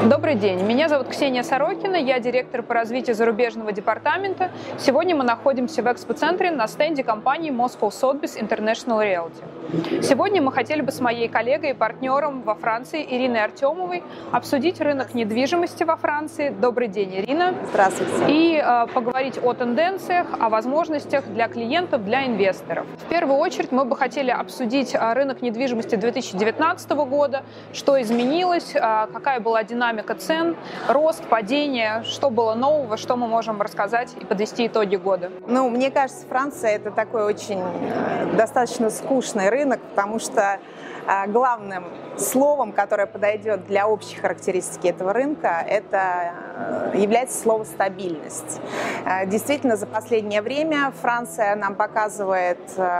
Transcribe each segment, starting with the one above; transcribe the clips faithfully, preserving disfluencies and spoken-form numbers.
Добрый день, меня зовут Ксения Сорокина, я директор по развитию зарубежного департамента. Сегодня мы находимся в экспоцентре на стенде компании Moscow Sotheby's International Realty. Сегодня мы хотели бы с моей коллегой и партнером во Франции Ириной Артемовой обсудить рынок недвижимости во Франции. Добрый день, Ирина. Здравствуйте. И э, поговорить о тенденциях, о возможностях для клиентов, для инвесторов. В первую очередь мы бы хотели обсудить рынок недвижимости две тысячи девятнадцатого года, что изменилось, э, какая была динамика цен, рост, падение, что было нового, что мы можем рассказать и подвести итоги года. Ну, мне кажется, Франция — это такой очень достаточно скучный рынок, потому что главным словом, которое подойдет для общей характеристики этого рынка, это является слово «стабильность». Действительно, за последнее время Франция нам показывает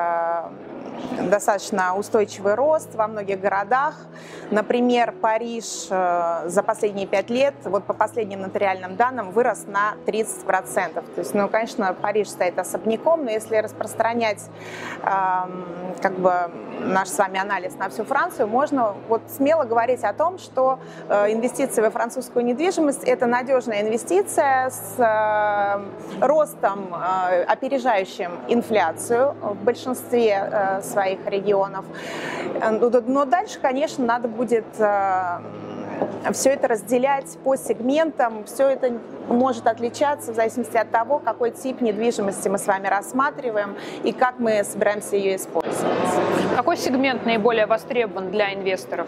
достаточно устойчивый рост во многих городах. Например, Париж за последние пять лет, вот по последним нотариальным данным, вырос на тридцать процентов. То есть, ну, конечно, Париж стоит особняком, но если распространять э, как бы наш с вами анализ на всю Францию, можно вот смело говорить о том, что э, инвестиции во французскую недвижимость – это надежная инвестиция с э, ростом, э, опережающим инфляцию в большинстве э, своих регионов. Но дальше, конечно, надо будет э, все это разделять по сегментам. Все это может отличаться в зависимости от того, какой тип недвижимости мы с вами рассматриваем и как мы собираемся ее использовать. Какой сегмент наиболее востребован для инвесторов?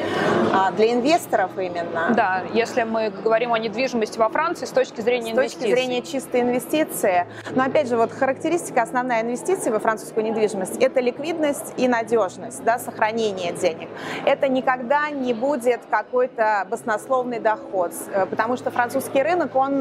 А для инвесторов именно? Да, если мы говорим о недвижимости во Франции с точки зрения инвестиций. С точки зрения чистой инвестиции. Но опять же, вот характеристика основная инвестиции во французскую недвижимость – это ликвидность и надежность, да, сохранение денег. Это никогда не будет какой-то баснословный доход, потому что французский рынок, он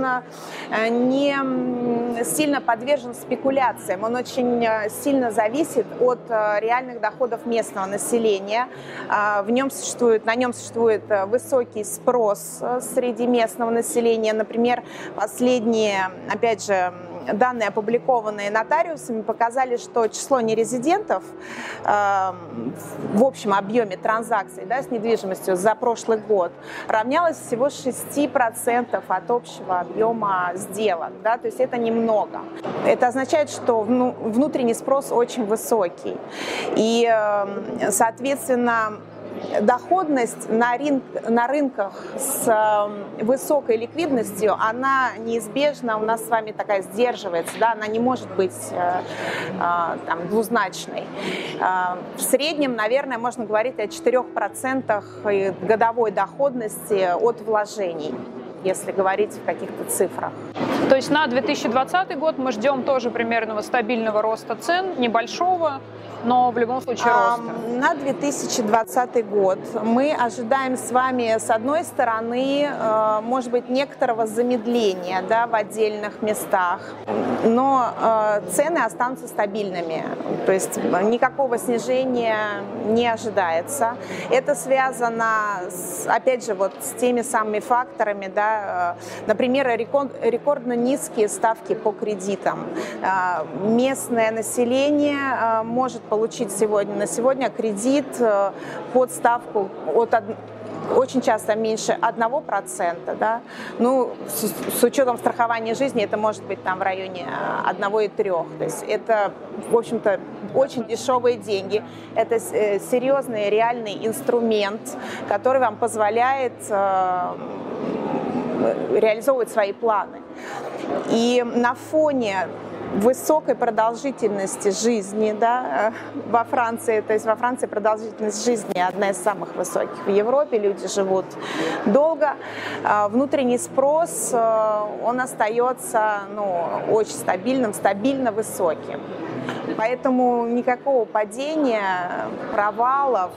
не сильно подвержен спекуляциям, он очень сильно зависит от реальных доходов местного населения. В нем существует, на нем существует высокий спрос среди местного населения. Например, последние, опять же, данные, опубликованные нотариусами, показали, что число нерезидентов э, в общем объеме транзакций, да, с недвижимостью за прошлый год равнялось всего шести процентам от общего объема сделок. Да, то есть это немного. Это означает, что ну, внутренний спрос очень высокий. И, э, соответственно, доходность на, рынк, на рынках с э, высокой ликвидностью, она неизбежно у нас с вами такая сдерживается, да, она не может быть э, э, там, двузначной. Э, в среднем, наверное, можно говорить о четырёх процентах годовой доходности от вложений, если говорить в каких-то цифрах. То есть на две тысячи двадцатый год мы ждем тоже примерного стабильного роста цен, небольшого, но в любом случае роста. На две тысячи двадцатый год мы ожидаем с вами, с одной стороны, может быть, некоторого замедления, да, в отдельных местах, но цены останутся стабильными, то есть никакого снижения не ожидается. Это связано, с, опять же, вот с теми самыми факторами, да, например, рекордно низкие ставки по кредитам. Местное население может получить сегодня на сегодня кредит под ставку от очень часто меньше одного процента, да? Ну, с, с учетом страхования жизни это может быть там в районе одного и трёх. То есть это, в общем-то, очень дешевые деньги. Это серьезный реальный инструмент, который вам позволяет э, реализовывать свои планы. И на фоне высокой продолжительности жизни, да, во Франции, то есть во Франции продолжительность жизни одна из самых высоких в Европе, люди живут долго, внутренний спрос, он остается, ну, очень стабильным, стабильно высоким. Поэтому никакого падения, провалов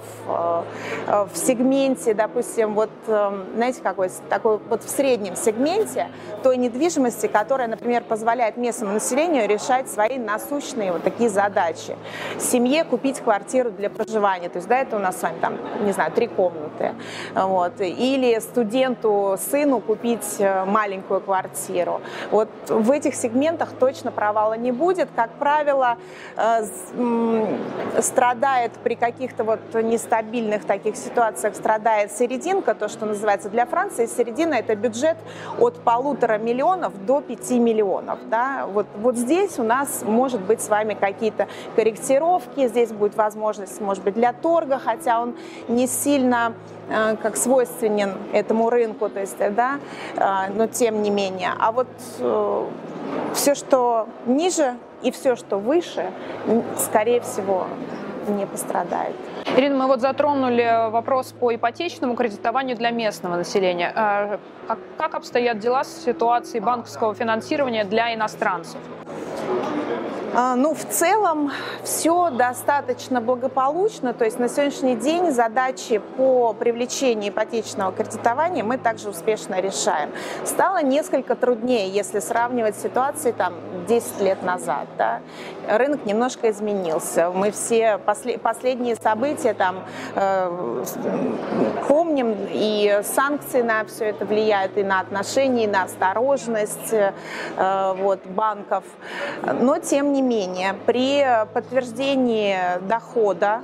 в сегменте, допустим, вот, знаете, какой, такой вот в среднем сегменте той недвижимости, которая, например, позволяет местному населению решать свои насущные вот такие задачи. Семье купить квартиру для проживания, то есть, да, это у нас с вами там, не знаю, три комнаты, вот, или студенту, сыну купить маленькую квартиру. Вот в этих сегментах точно провала не будет. Как правило, страдает при каких-то вот нестабильных таких ситуациях, страдает серединка, то, что называется для Франции. Середина – это бюджет от полутора миллионов до пяти миллионов. Да? Вот, вот здесь у нас может быть с вами какие-то корректировки, здесь будет возможность, может быть, для торга, хотя он не сильно э, как свойственен этому рынку, то есть, да, э, но тем не менее. А вот э, все, что ниже и все, что выше, скорее всего, не пострадает. Ирина, мы вот затронули вопрос по ипотечному кредитованию для местного населения. А как обстоят дела с ситуацией банковского финансирования для иностранцев? Ну, в целом все достаточно благополучно, то есть на сегодняшний день задачи по привлечению ипотечного кредитования мы также успешно решаем. Стало несколько труднее, если сравнивать с ситуацией там десять лет назад. Да? Рынок немножко изменился. Мы все после, последние события там э, помним, и санкции на все это влияют, и на отношения, и на осторожность э, вот, банков. Но тем не менее, при подтверждении дохода,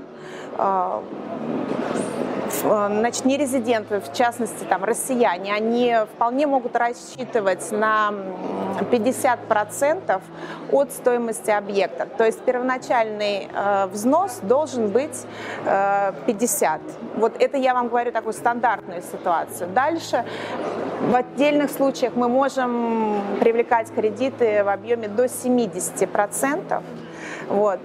значит, нерезиденты, в частности, там, россияне, они вполне могут рассчитывать на пятьдесят процентов от стоимости объекта. То есть первоначальный э, взнос должен быть э, пятьдесят. Вот это я вам говорю такую стандартную ситуацию. Дальше в отдельных случаях мы можем привлекать кредиты в объеме до семидесяти процентов. Вот.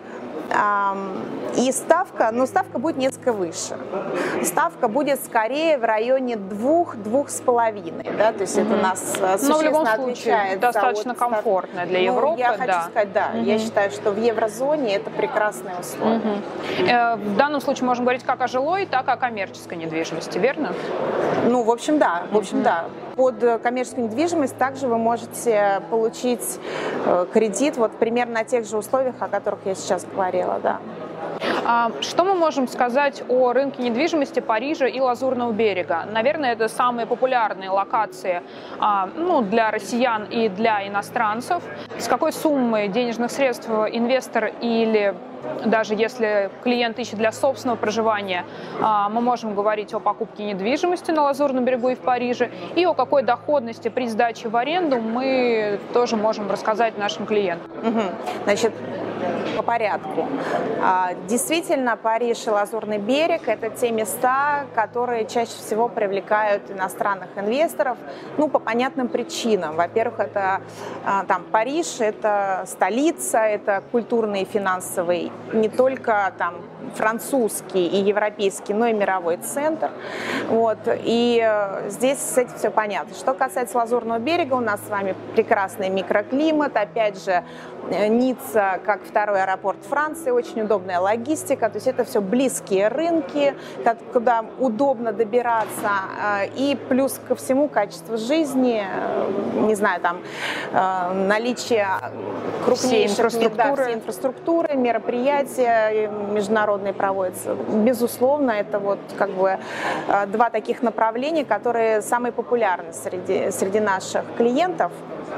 И ставка, ну, ставка будет несколько выше. Ставка будет скорее в районе двух-двух с половиной, да, то есть mm-hmm. это у нас существенно Но в любом случае достаточно от... комфортно для ну, Европы. Я хочу да. сказать, да, mm-hmm. я считаю, что в еврозоне это прекрасные условия. Mm-hmm. В данном случае можем говорить как о жилой, так и о коммерческой недвижимости, верно? Ну, в общем, да, в общем, mm-hmm. да. Под коммерческую недвижимость также вы можете получить кредит вот примерно на тех же условиях, о которых я сейчас говорила, да. Что мы можем сказать о рынке недвижимости Парижа и Лазурного берега? Наверное, это самые популярные локации ну, для россиян и для иностранцев. С какой суммой денежных средств инвестор или даже если клиент ищет для собственного проживания, мы можем говорить о покупке недвижимости на Лазурном берегу и в Париже, и о какой доходности при сдаче в аренду мы тоже можем рассказать нашим клиентам. Угу. Значит, по порядку. Действительно, Париж и Лазурный берег – это те места, которые чаще всего привлекают иностранных инвесторов, ну, по понятным причинам. Во-первых, это там Париж – это столица, это культурный и финансовый, не только там французский и европейский, но и мировой центр. Вот. И здесь с этим все понятно. Что касается Лазурного берега, у нас с вами прекрасный микроклимат. Опять же, Ницца, как второй аэропорт Франции, очень удобная логистика. То есть это все близкие рынки, куда удобно добираться. И плюс ко всему качество жизни, не знаю, там наличие крупнейших инфраструктуры, да, всей инфраструктуры, мероприятия международные проводятся. Безусловно, это вот как бы два таких направления, которые самые популярны среди, среди наших клиентов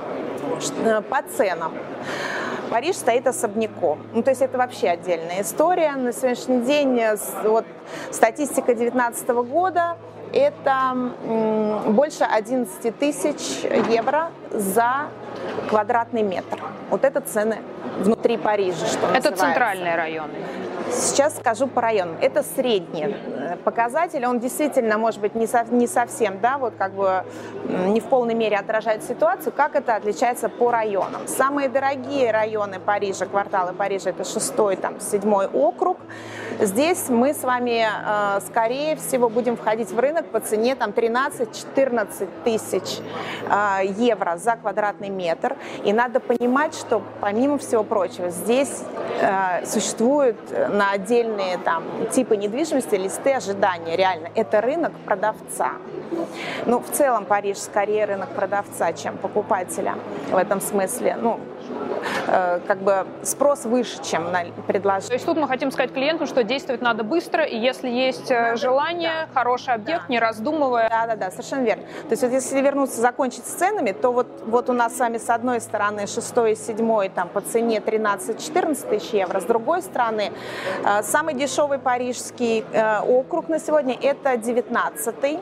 по ценам. Париж стоит особняком. Ну, то есть это вообще отдельная история. На сегодняшний день вот, статистика две тысячи девятнадцатого года – это больше одиннадцати тысяч евро за квадратный метр. Вот это цены внутри Парижа, что называется. Это центральные районы. Сейчас скажу по районам. Это средний показатель. Он действительно, может быть, не, со, не совсем, да, вот как бы не в полной мере отражает ситуацию. Как это отличается по районам? Самые дорогие районы Парижа, кварталы Парижа, это шестой, там, седьмой округ. Здесь мы с вами, э, скорее всего, будем входить в рынок по цене там тринадцать-четырнадцать тысяч э, евро за квадратный метр. И надо понимать, что, помимо всего прочего, здесь э, существуют на отдельные там типы недвижимости листы ожидания. Реально, это рынок продавца. Ну, в целом Париж скорее рынок продавца, чем покупателя в этом смысле. Ну, как бы спрос выше, чем на предложение. То есть тут мы хотим сказать клиенту, что действовать надо быстро, и если есть надо, желание, да. хороший объект, да. не раздумывая. Да-да-да, совершенно верно. То есть вот если вернуться, закончить с ценами, то вот, вот у нас с вами с одной стороны шестой и седьмой там, по цене тринадцать-четырнадцать тысяч евро, с другой стороны самый дешевый парижский округ на сегодня это девятнадцатый.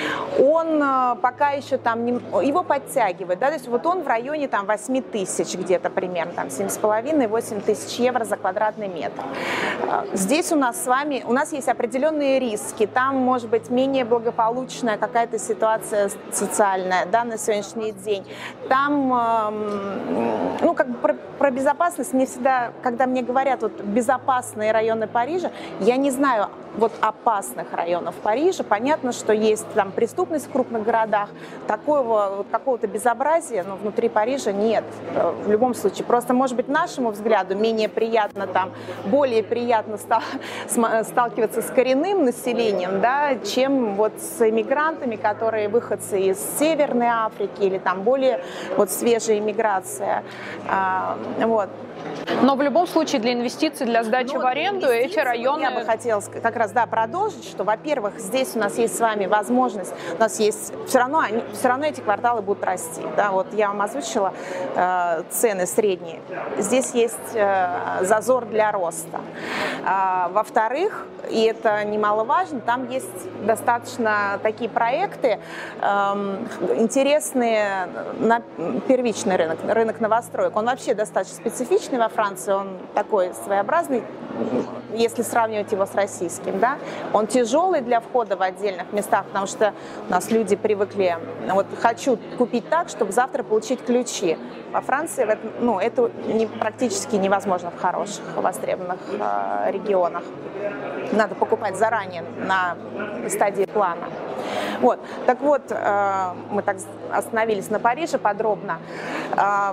Он пока еще там, не, его подтягивает, да, то есть вот он в районе там восемь тысяч где-то примерно, там семь с половиной — восемь тысяч евро за квадратный метр. Здесь у нас с вами, у нас есть определенные риски, там может быть менее благополучная какая-то ситуация социальная, да, на сегодняшний день. Там, ну, как бы про, про безопасность мне всегда, когда мне говорят вот безопасные районы Парижа, я не знаю вот опасных районов Парижа. Понятно, что есть там преступность в крупных городах, такого вот какого-то безобразия, но внутри Парижа нет. В любом случае, просто, может быть, нашему взгляду менее приятно там, более приятно стал, сталкиваться с коренным населением, да, чем вот с иммигрантами, которые выходцы из Северной Африки или там более вот свежая иммиграция. А, вот. Но в любом случае для инвестиций, для сдачи Но в аренду эти районы... Я бы хотела как раз да, продолжить, что, во-первых, здесь у нас есть с вами возможность, у нас есть, все равно, они, все равно эти кварталы будут расти. Да? Вот я вам озвучила э, цены средние. Здесь есть э, зазор для роста. А, во-вторых, и это немаловажно, там есть достаточно такие проекты э, интересные на первичный рынок, рынок новостроек. Он вообще достаточно специфичный во Франции, он такой своеобразный, если сравнивать его с российским, да, он тяжелый для входа в отдельных местах, потому что у нас люди привыкли, вот хочу купить так, чтобы завтра получить ключи. Во Франции ну, это не, практически невозможно в хороших востребованных э, регионах. Надо покупать заранее на стадии плана. Вот. Так вот, э, мы так остановились на Париже подробно. Э,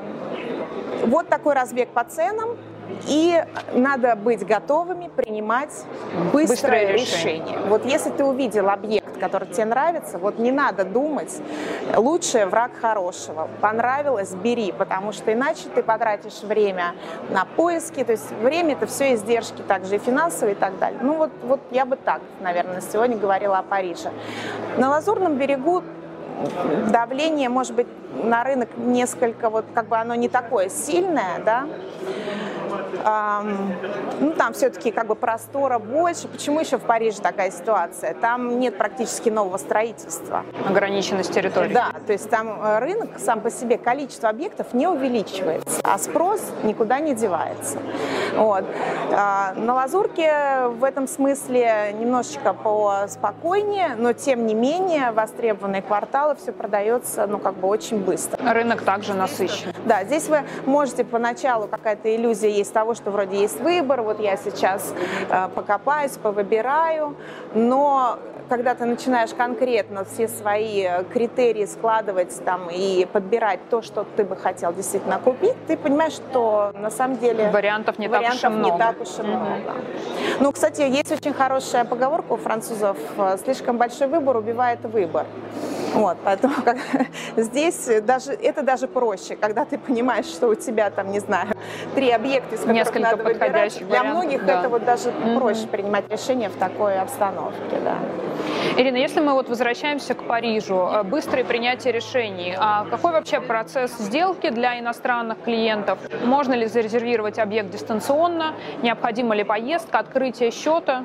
вот такой разбег по ценам. И надо быть готовыми принимать быстрое, быстрое решение. решение. Вот если ты увидел объект, который тебе нравится, вот не надо думать, лучший враг хорошего. Понравилось — бери, потому что иначе ты потратишь время на поиски, то есть время — это все издержки, также и финансовые и так далее. Ну вот, вот я бы так, наверное, сегодня говорила о Париже. На Лазурном берегу давление, может быть, на рынок несколько, вот как бы оно не такое сильное, да, ну, там все-таки как бы простора больше. Почему еще в Париже такая ситуация? Там нет практически нового строительства. Ограниченность территории. Да, то есть там рынок сам по себе, количество объектов не увеличивается, а спрос никуда не девается. Вот. На Лазурке в этом смысле немножечко поспокойнее, но тем не менее востребованные кварталы, все продается, ну, как бы очень быстро. Рынок также насыщен. Да, здесь вы можете поначалу, какая-то иллюзия есть того, что вроде есть выбор, вот я сейчас э, покопаюсь, повыбираю, но когда ты начинаешь конкретно все свои критерии складывать там и подбирать то, что ты бы хотел действительно купить, ты понимаешь, что на самом деле вариантов не вариантов так уж и много. Не так уж и много. Mm-hmm. Ну, кстати, есть очень хорошая поговорка у французов: слишком большой выбор убивает выбор. Вот, поэтому как, здесь даже, это даже проще, когда ты понимаешь, что у тебя там, не знаю, три объекта, из которых Несколько надо выбирать. Для вариантов, многих да. это вот даже Mm-hmm. проще принимать решения в такой обстановке, да. Ирина, если мы вот возвращаемся к Парижу, быстрое принятие решений, а какой вообще процесс сделки для иностранных клиентов? Можно ли зарезервировать объект дистанционно? Необходима ли поездка, открытие счета?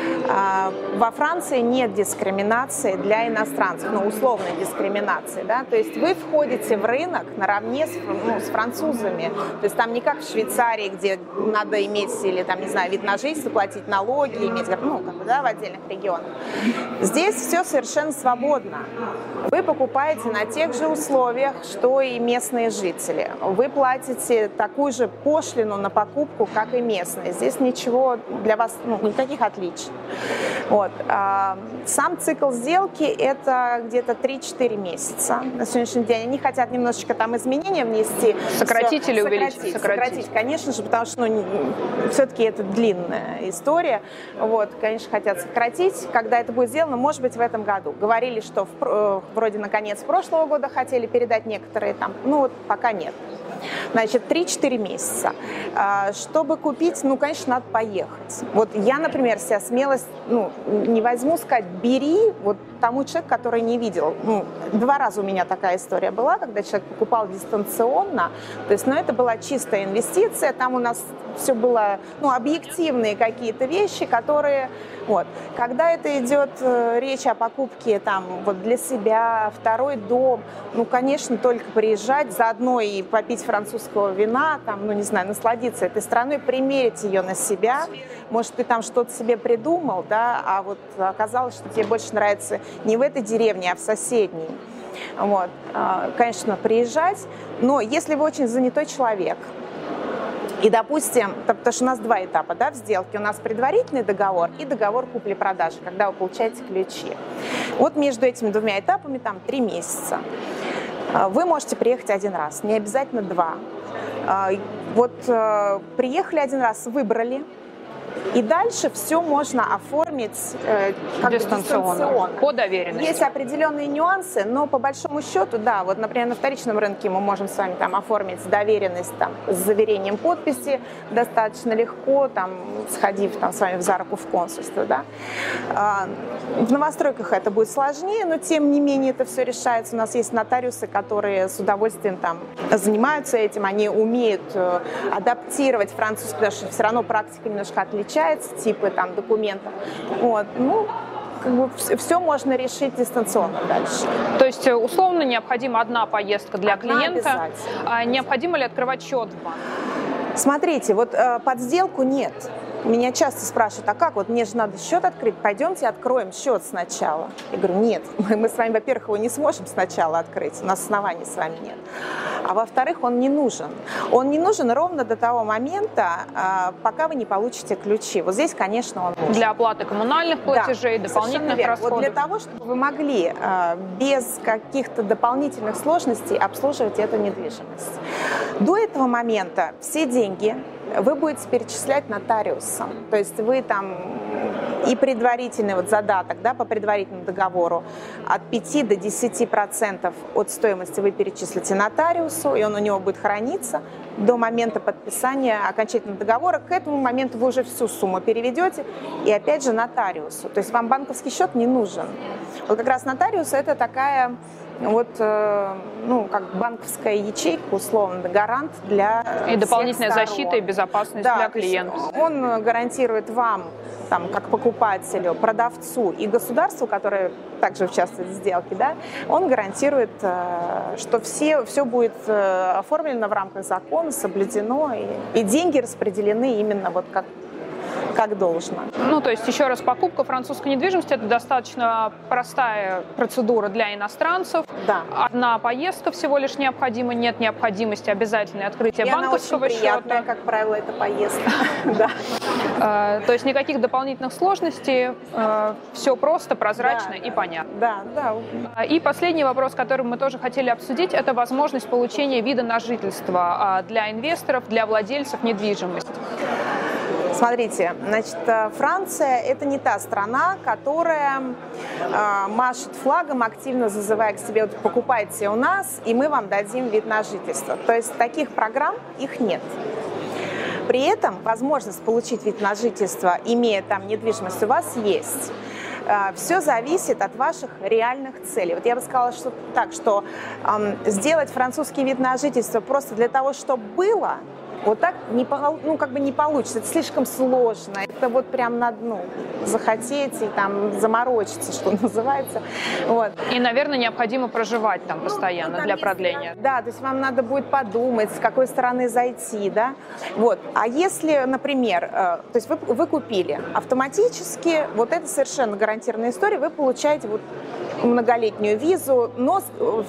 Во Франции нет дискриминации для иностранцев, ну, условной дискриминации, да, то есть вы входите в рынок наравне с, ну, с французами, то есть там не как в Швейцарии, где надо иметь или там, не знаю, вид на жизнь, платить налоги, иметь, ну, как бы, да, в отдельных регионах. Здесь все совершенно свободно. Вы покупаете на тех же условиях, что и местные жители. Вы платите такую же пошлину на покупку, как и местные. Здесь ничего для вас, ну, никаких отличий. Вот. Сам цикл сделки – это где-то три-четыре месяца на сегодняшний день. Они хотят немножечко там изменения внести. Сократить или увеличить? Сократить, сократить. сократить, конечно же, потому что ну, все-таки это длинная история. Вот, конечно, хотят сократить. Когда это будет сделано, может быть, в этом году. Говорили, что в, вроде на конец прошлого года хотели передать некоторые там, ну вот пока нет. Значит, три-четыре месяца. Чтобы купить, ну, конечно, надо поехать. Вот я, например, себя смелость, ну, не возьму сказать, бери вот тому человеку, который не видел. Ну, два раза у меня такая история была, когда человек покупал дистанционно. То есть, ну, это была чистая инвестиция, там у нас все было, ну, объективные какие-то вещи, которые, вот. Когда это идет э, речь о покупке, там, вот для себя, второй дом, ну, конечно, только приезжать, заодно и попить французского вина, там, ну, не знаю, насладиться этой страной, примерить ее на себя. Может, ты там что-то себе придумал, да, а вот оказалось, что тебе больше нравится не в этой деревне, а в соседней. Вот. Конечно, приезжать, но если вы очень занятой человек, и, допустим, потому что у нас два этапа, да, в сделке. У нас предварительный договор и договор купли-продажи, когда вы получаете ключи. Вот между этими двумя этапами там три месяца. Вы можете приехать один раз, не обязательно два. Вот приехали один раз, выбрали. И дальше все можно оформить э, как дистанционно. дистанционно. По доверенности. Есть определенные нюансы, но по большому счету, да, вот, например, на вторичном рынке мы можем с вами там оформить доверенность там, с заверением подписи достаточно легко, там, сходив там, с вами за руку в консульство. Да. А, в новостройках это будет сложнее, но тем не менее это все решается. У нас есть нотариусы, которые с удовольствием там, занимаются этим, они умеют э, адаптировать французский, потому что все равно практика немножко отличается. Отличаются типы там документов. Вот. Ну, как бы все можно решить дистанционно дальше. То есть, условно, необходима одна поездка для одна клиента. А необходимо ли открывать счет в банке? Смотрите, вот э, под сделку нет. Меня часто спрашивают, а как, вот мне же надо счет открыть, пойдемте откроем счет сначала. Я говорю, нет, мы, мы с вами, во-первых, его не сможем сначала открыть, у нас оснований с вами нет. А во-вторых, он не нужен. Он не нужен ровно до того момента, пока вы не получите ключи. Вот здесь, конечно, он нужен. Для оплаты коммунальных платежей, да, дополнительных расходов. Вот для того, чтобы вы могли без каких-то дополнительных сложностей обслуживать эту недвижимость. До этого момента все деньги вы будете перечислять нотариусам. То есть вы там и предварительный вот задаток, да, по предварительному договору от пяти до десяти процентов от стоимости вы перечислите нотариусу, и он у него будет храниться до момента подписания окончательного договора. К этому моменту вы уже всю сумму переведете и опять же нотариусу. То есть вам банковский счет не нужен. Вот как раз нотариус – это такая вот, ну, как банковская ячейка, условно, гарант для и дополнительная всех защита и безопасность, да, для клиента. Он гарантирует вам, там, как покупателю, продавцу и государству, которое также участвует в сделке, да, он гарантирует, что все, все будет оформлено в рамках закона, соблюдено, и, и деньги распределены именно вот как как должно. Ну, то есть, еще раз, покупка французской недвижимости – это достаточно простая процедура для иностранцев. Да. Одна поездка всего лишь необходима, нет необходимости обязательное открытие и банковского она очень приятная, счета. Как правило, эта поездка. То есть, никаких дополнительных сложностей, все просто, прозрачно и понятно. Да, да. И последний вопрос, который мы тоже хотели обсудить, это возможность получения вида на жительство для инвесторов, для владельцев недвижимости. Смотрите, значит, Франция – это не та страна, которая э, машет флагом, активно зазывая к себе, вот, покупайте у нас, и мы вам дадим вид на жительство. То есть таких программ их нет. При этом возможность получить вид на жительство, имея там недвижимость, у вас есть. Все зависит от ваших реальных целей. Вот я бы сказала, что так, что э, сделать французский вид на жительство просто для того, чтобы было, вот так не, ну, как бы не получится, это слишком сложно, это вот прям надо, ну, захотеть и там заморочиться, что называется. Вот. И, наверное, необходимо проживать там постоянно, ну, там для продления. Да, то есть вам надо будет подумать, с какой стороны зайти, да. Вот. А если, например, то есть вы, вы купили, автоматически, вот это совершенно гарантированная история, вы получаете вот многолетнюю визу, но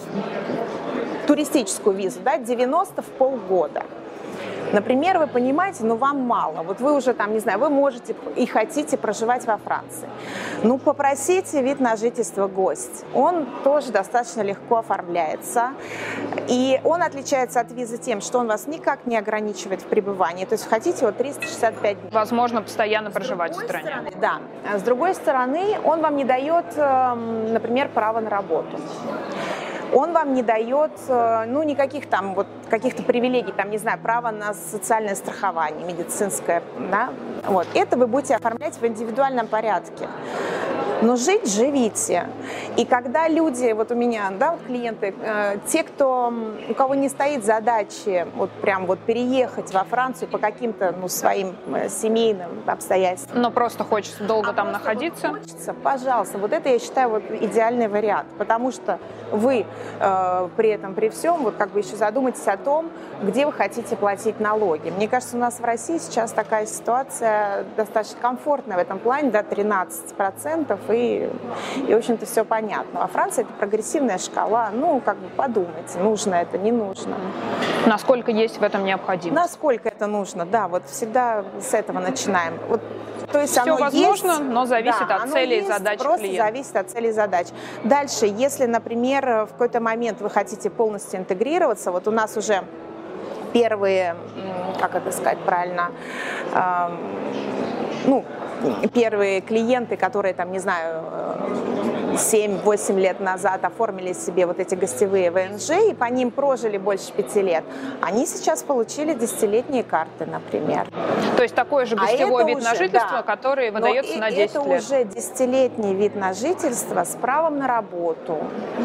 туристическую визу, да, девяносто в полгода. Например, вы понимаете, ну вам мало, вот вы уже там, не знаю, вы можете и хотите проживать во Франции. Ну, попросите вид на жительство гость. Он тоже достаточно легко оформляется. И он отличается от визы тем, что он вас никак не ограничивает в пребывании. То есть хотите вот триста шестьдесят пять дней. Возможно, постоянно проживать в стране. Стороны, да. А с другой стороны, он вам не дает, например, права на работу. Он вам не дает, ну, никаких там вот каких-то привилегий, там, не знаю, право на социальное страхование, медицинское, да, вот, это вы будете оформлять в индивидуальном порядке. Но жить живите. И когда люди, вот у меня, да, вот клиенты, э, те, кто, у кого не стоит задачи вот прям вот переехать во Францию по каким-то, ну, своим э, семейным обстоятельствам. Но просто хочется долго а там находиться. Вот хочется, пожалуйста, вот это я считаю вот идеальный вариант, потому что вы э, при этом, при всем, вот как бы еще задумайтесь о том, где вы хотите платить налоги. Мне кажется, у нас в России сейчас такая ситуация достаточно комфортная в этом плане, да, тринадцать процентов, и, и в общем-то, все понятно. А Франция – это прогрессивная шкала, ну, как бы подумайте, нужно это, не нужно. Насколько есть в этом необходимость? Насколько это нужно, да, вот всегда с этого начинаем. Вот, то есть все оно возможно, есть, но зависит да, от целей и задач просто клиента. зависит от целей и задач. Дальше, если, например, в какой-то момент вы хотите полностью интегрироваться, вот у нас уже первые, как это сказать правильно, э, ну, первые клиенты, которые, там, не знаю, семь-восемь лет назад оформили себе вот эти гостевые вэ эн жэ и по ним прожили больше пяти лет, они сейчас получили десятилетние карты, например. То есть такой же гостевой а вид уже, на жительство, да, который выдается на десять это лет. Это уже десятилетний вид на жительство с правом на работу,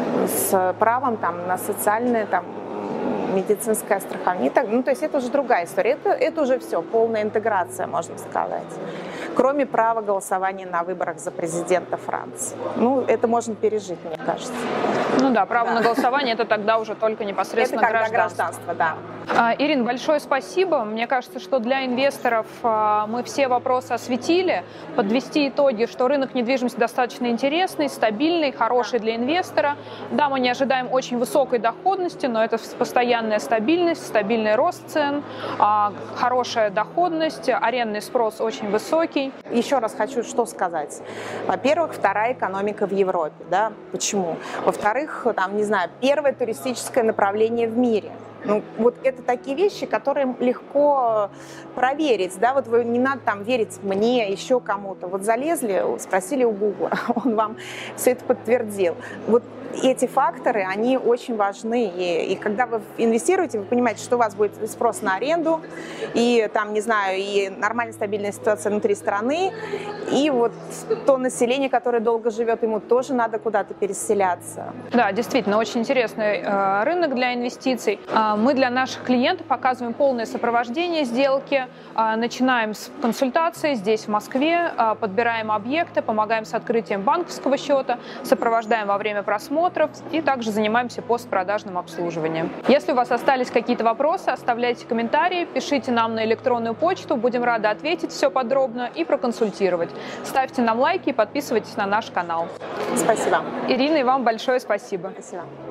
с правом там, на социальное там, медицинское страхование. Ну, то есть это уже другая история. Это, это уже все, полная интеграция, можно сказать. Кроме права голосования на выборах за президента Франции. Ну, это можно пережить, мне кажется. Ну да, право да. на голосование – это тогда уже только непосредственно это когда гражданство. гражданство, да. Ирина, большое спасибо. Мне кажется, что для инвесторов мы все вопросы осветили. Подвести итоги, что рынок недвижимости достаточно интересный, стабильный, хороший для инвестора. Да, мы не ожидаем очень высокой доходности, но это постоянная стабильность, стабильный рост цен, хорошая доходность, арендный спрос очень высокий. Еще раз хочу что сказать. Во-первых, вторая экономика в Европе. Да? Почему? Во-вторых, там, не знаю, первое туристическое направление в мире. Ну, вот это такие вещи, которые легко проверить, да, вот вы не надо там верить мне, еще кому-то. Вот залезли, спросили у Гугла, он вам все это подтвердил. Вот эти факторы, они очень важны. И, и когда вы инвестируете, вы понимаете, что у вас будет спрос на аренду, и там, не знаю, и нормальная стабильная ситуация внутри страны, и вот то население, которое долго живет, ему тоже надо куда-то переселяться. Да, действительно, очень интересный э, рынок для инвестиций. Э, мы для наших клиентов показываем полное сопровождение сделки, э, начинаем с консультации здесь, в Москве, э, подбираем объекты, помогаем с открытием банковского счета, сопровождаем во время просмотра, и также занимаемся постпродажным обслуживанием. Если у вас остались какие-то вопросы, оставляйте комментарии, пишите нам на электронную почту, будем рады ответить все подробно и проконсультировать. Ставьте нам лайки и подписывайтесь на наш канал. Спасибо. Ирина, и вам большое спасибо. Спасибо.